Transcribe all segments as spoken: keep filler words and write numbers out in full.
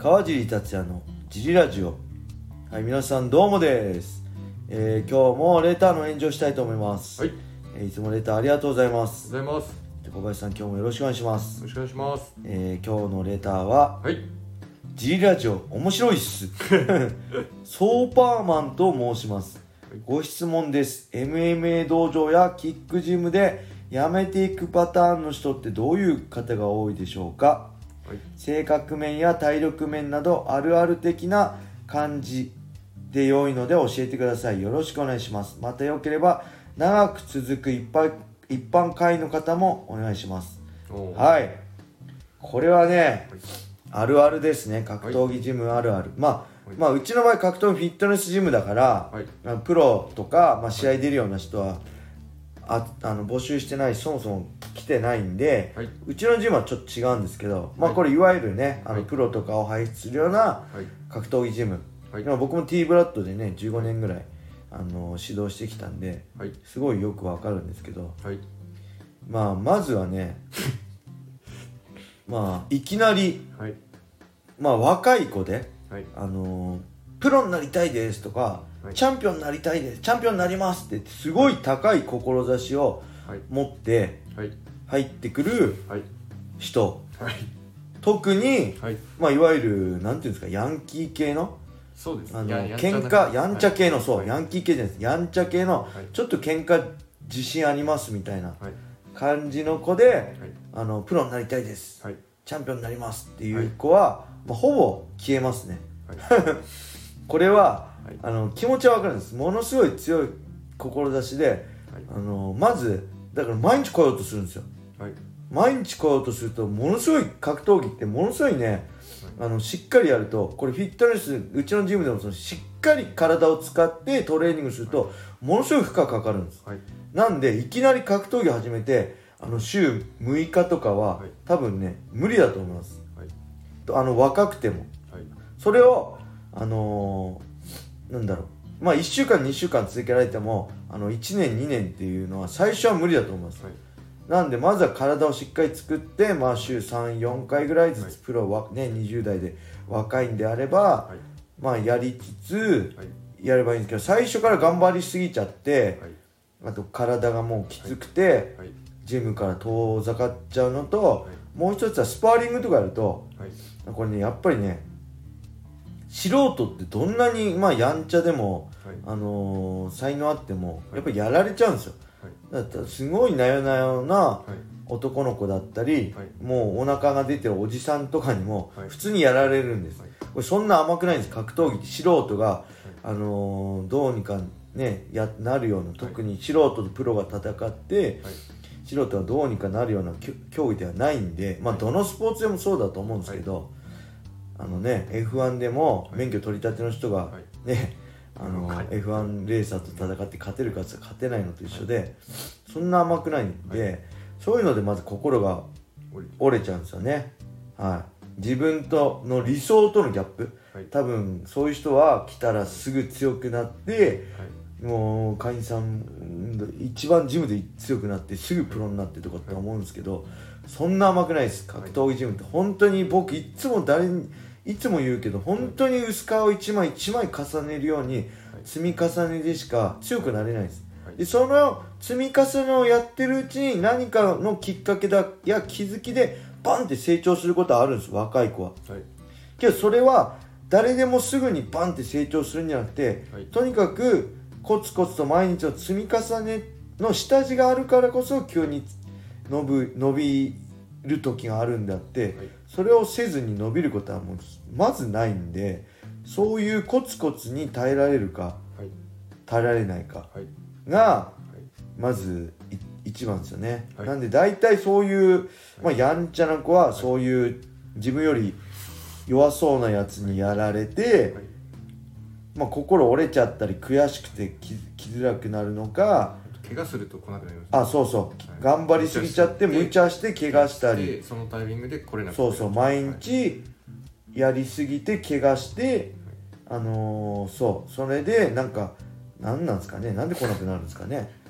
川尻達也のジリラジオ。はい、皆さんどうもです、えー、今日もレターの炎上したいと思います。 はい、 えー、いつもレターありがとうございます。 ありがとうございます。 小林さん、今日もよろしくお願いします。 よろしくお願いします。 えー、今日のレターは、 はい、 ジリラジオ面白いっすソーパーマンと申します。ご質問です。 エムエムエー 道場やキックジムで辞めていくパターンの人ってどういう方が多いでしょうか。はい、性格面や体力面などあるある的な感じで良いので教えてください。よろしくお願いします。またよければ長く続く一般一般会員の方もお願いします。はい、これはね、はい、あるあるですね。格闘技ジムあるある、はい、まあ、はい、まあうちの場合格闘技フィットネスジムだから、はい、プロとか、まあ、試合出るような人は、はい、ああの募集してないし、そもそも来てないんで、はい、うちのジムはちょっと違うんですけど、まあこれいわゆるね、あのプロとかを輩出するような格闘技ジム、はい、僕も T ブラッドでねじゅうごねんぐらいあの指導してきたんで、はい、すごいよくわかるんですけど、はい、まあまずはねまあいきなり、はい、まあ若い子で、はい、あのプロになりたいですとか、はい、チャンピオンになりたいです、チャンピオンになりますってすごい高い志を持って入ってくる人、はいはい、特に、はい、まあいわゆるなんていうんですか、ヤンキー系の、そうです、あの喧嘩やんちゃ系の、はい、そう、はい、ヤンキー系じゃないです、やんちゃ系の、はい、ちょっと喧嘩自信ありますみたいな感じの子で、はい、あのプロになりたいです、はい、チャンピオンになりますっていう子は、はい、まあ、ほぼ消えますね、はい、これは、はい、あの気持ちは分かるんです。ものすごい強い志で、はい、あのまずだから毎日来ようとするんですよ、はい、毎日来ようとするとものすごい格闘技ってものすごいね、はい、あのしっかりやると、これフィットネスうちのジムでもそのしっかり体を使ってトレーニングするとものすごい負荷かかるんです、はい、なんでいきなり格闘技始めてあの週むいかとかは、はい、多分ね無理だと思います、はい、あの若くても、はい、それをあのー、なんだろう、まあいっしゅうかんにしゅうかん続けられてもあのいちねんにねんっていうのは最初は無理だと思います、はい、なんでまずは体をしっかり作って、まあ、週さん、よんかいぐらいずつプロは、ね、にじゅう代で若いんであれば、はい、まあやりつつやればいいんですけど、最初から頑張りすぎちゃって、はい、あと体がもうきつくて、はいはい、ジムから遠ざかっちゃうのと、はい、もう一つはスパーリングとかやると、はい、これねやっぱりね素人ってどんなに、まあ、やんちゃでも、はい、あのー、才能あってもやっぱりやられちゃうんですよ、はい、だからすごいなよなよな男の子だったり、はい、もうお腹が出てるおじさんとかにも普通にやられるんです、はい、これそんな甘くないんです。格闘技って素人が、はい、あのー、どうにかねやなるような、特に素人とプロが戦って、はい、素人はどうにかなるような競技ではないんで、まあ、どのスポーツでもそうだと思うんですけど、はい、あのね エフワン でも免許取り立ての人がね、はい、あの、はい、エフワン レーサーと戦って勝てるかって勝てないのと一緒で、はい、そんな甘くないんで、はい、そういうのでまず心が折れちゃうんですよね、はい、自分との理想とのギャップ、はい、多分そういう人は来たらすぐ強くなって、はい、もう会員さん一番ジムで強くなってすぐプロになってとかって思うんですけど、はい、そんな甘くないです。格闘技ジムって本当に僕いつも誰にいつも言うけど、本当に薄皮を一枚一枚重ねるように積み重ねでしか強くなれないです。でその積み重ねをやってるうちに何かのきっかけだや気づきでバンって成長することはあるんです、若い子は、はい、けどそれは誰でもすぐにバンって成長するんじゃなくて、はい、とにかくコツコツと毎日の積み重ねの下地があるからこそ急に伸び、伸びる時があるんであって、はい、それをせずに伸びることはもうまずないんで、そういうコツコツに耐えられるか、はい、耐えられないかが、はい、まず一番ですよね、はい、なんで大体そういう、まあ、やんちゃな子はそういう自分より弱そうなやつにやられて、はい、まあ、心折れちゃったり悔しくて来づらくなるのか、 怪我すると来なくなります、ね、 あ、そうそう、はい、頑張りすぎちゃって無茶して怪我したり、 そのタイミングで来れなくなる、 そうそう、毎日やりすぎて怪我して、はい、あのー、そうそれでなんかなんなんですかね、なんで来なくなるんですかね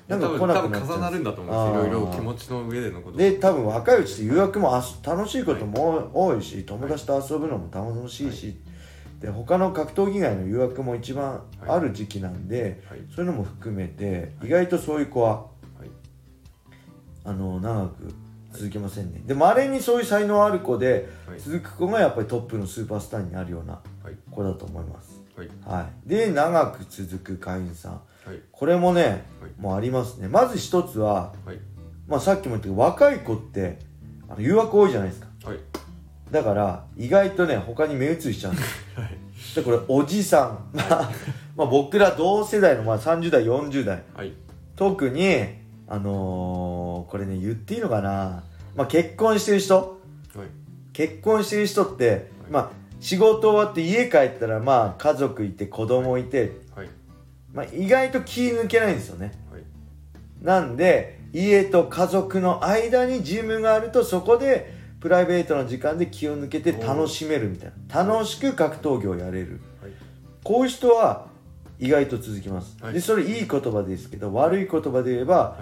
なんか来なくなっちゃう。 多分重なるんだと思うんですよ。いろいろ気持ちの上でのことで多分若いうちって誘惑も楽しいことも多いし、友達と遊ぶのも楽しいし、はい、で他の格闘技以外の誘惑も一番ある時期なんで、はい、そういうのも含めて意外とそういう子は、はい、あの長く続けませんね。で稀にそういう才能ある子で、はい、続く子がやっぱりトップのスーパースターになるような子だと思います、はいはい、で長く続く会員さん、はい、これもね、はい、もうありますね。まず一つは、はい、まあ、さっきも言ったけど若い子ってあの誘惑多いじゃないですか、はい、だから意外とね他に目移りしちゃうんですよ、はい、でこれおじさんまあ僕ら同世代のまあさんじゅう代よんじゅう代、はい、特にあのー、これね言っていいのかな、まあ、結婚してる人、はい、結婚してる人って、はい、まあ仕事終わって家帰ったらまあ家族いて子供いて、はい、まあ、意外と気抜けないんですよね、はい、なんで家と家族の間にジムがあるとそこでプライベートの時間で気を抜けて楽しめるみたいな、楽しく格闘技をやれる、はい、こういう人は意外と続きます、はい、でそれいい言葉ですけど悪い言葉で言えば、はい、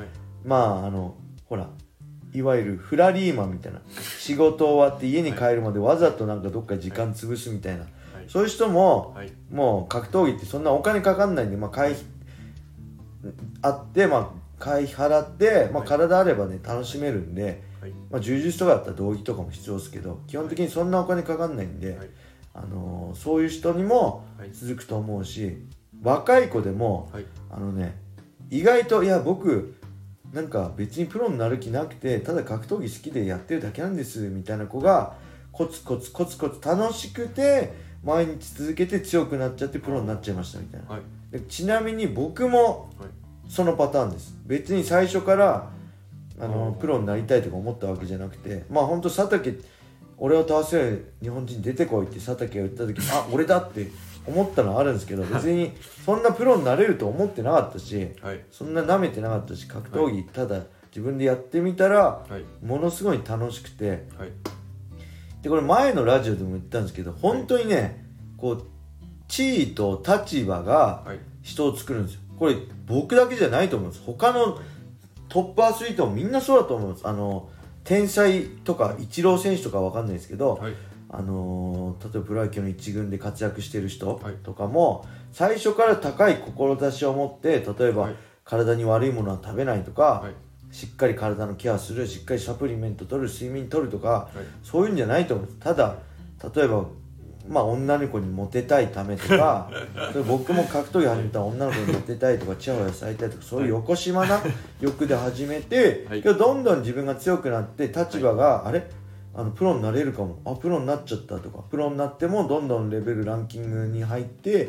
まああのほらいわゆるフラリーマンみたいな仕事終わって家に帰るまでわざとなんかどっか時間潰すみたいな、はい、そういう人も、はい、もう格闘技ってそんなお金かかんないんで、まあ、会費あって、まあ、会費払って、まあ、体あればね楽しめるんで、はい、まあ、柔術とかだったら道着とかも必要ですけど基本的にそんなお金かかんないんで、はい、あのー、そういう人にも続くと思うし、若い子でも、はい、あのね意外といや僕なんか別にプロになる気なくてただ格闘技好きでやってるだけなんですみたいな子がコツコツコツコツ楽しくて毎日続けて強くなっちゃってプロになっちゃいましたみたいな、はい、でちなみに僕もそのパターンです。別に最初からあのプロになりたいとか思ったわけじゃなくて、まあ本当佐竹俺を倒せる日本人出てこいって佐竹が言った時にあ俺だって思ったのはあるんですけど別にそんなプロになれると思ってなかったし、はい、そんな舐めてなかったし格闘技ただ自分でやってみたらものすごい楽しくて、はい、でこれ前のラジオでも言ったんですけど本当にねこう地位と立場が人を作るんですよ。これ僕だけじゃないと思うんです。他のトップアスリートもみんなそうだと思うんです。あの天才とかイチロー選手とかは分かんないですけど、はい、あのー、例えばプロ野球の一軍で活躍してる人とかも、はい、最初から高い志を持って例えば、はい、体に悪いものは食べないとか、はい、しっかり体のケアするしっかりサプリメント取る睡眠取るとか、はい、そういうんじゃないと思うんです。ただ例えばまあ女の子にモテたいためとかそれ僕も格闘技始めたら女の子にモテたいとかチヤホヤされたいとかそういうよこしまな欲で始めて、はい、けどどんどん自分が強くなって立場が、はい、あれあのプロになれるかもあプロになっちゃったとかプロになってもどんどんレベルランキングに入って、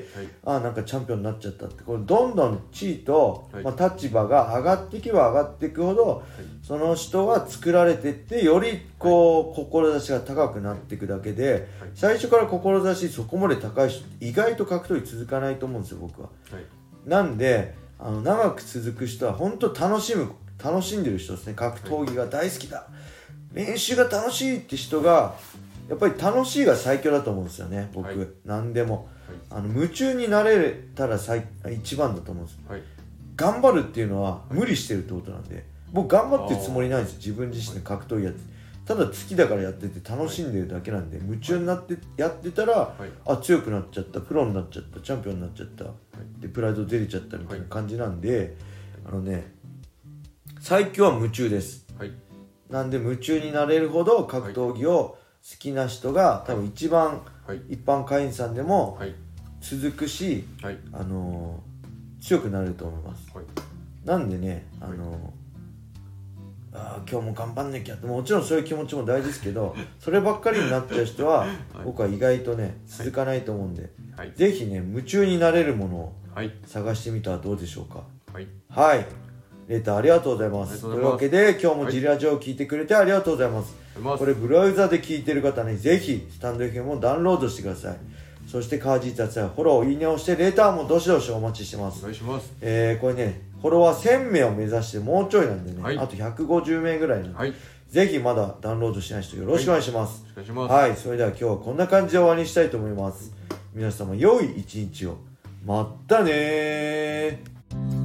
はい、あなんかチャンピオンになっちゃったってこれどんどん地位と、はい、まあ、立場が上がっていけば上がっていくほど、はい、その人が作られていってよりこう、はい、志が高くなっていくだけで、はい、最初から志そこまで高い人って意外と格闘技続かないと思うんですよ僕は、はい、なんであの長く続く人は本当楽しむ楽しんでる人ですね。格闘技が大好きだ、はい、練習が楽しいって人がやっぱり楽しいが最強だと思うんですよね僕、はい、何でも、はい、あの夢中になれたら最一番だと思うんです、はい、頑張るっていうのは無理してるってことなんで僕頑張ってるつもりないんですよ。自分自身で格闘技やってただ好きだからやってて楽しんでるだけなんで、はい、夢中になってやってたら、はい、あ強くなっちゃったプロになっちゃったチャンピオンになっちゃった、はい、でプライド出れちゃったみたいな感じなんで、はい、あのね最強は夢中です、はい、なんで夢中になれるほど格闘技を好きな人が多分一番一般会員さんでも続くし、はい、あのー、強くなれると思います、はい、なんでね、あのーあ今日も頑張んなきゃってもちろんそういう気持ちも大事ですけどそればっかりになっちゃう人は僕は意外とね続かないと思うんで、はい、ぜひね夢中になれるものを探してみたらどうでしょうか。はい、はい、レーターありがとうございます。というわけで今日もジリラジオを聞いてくれてありがとうございます、はい、これブラウザで聞いてる方ねぜひスタンド エフエム をダウンロードしてください。そして川地達也フォローいいねをしてレーターもどしどしお待ちしてます。 お願いします。 えー、これねフォロワーせんめいを目指してもうちょいなんでね、はい、あとひゃくごじゅうめいぐらいなんで、はい、ぜひまだダウンロードしてない人よろしくお願いします。 はい、お願いします。 はい、それでは今日はこんな感じで終わりにしたいと思います。皆様良い一日を。まったねー。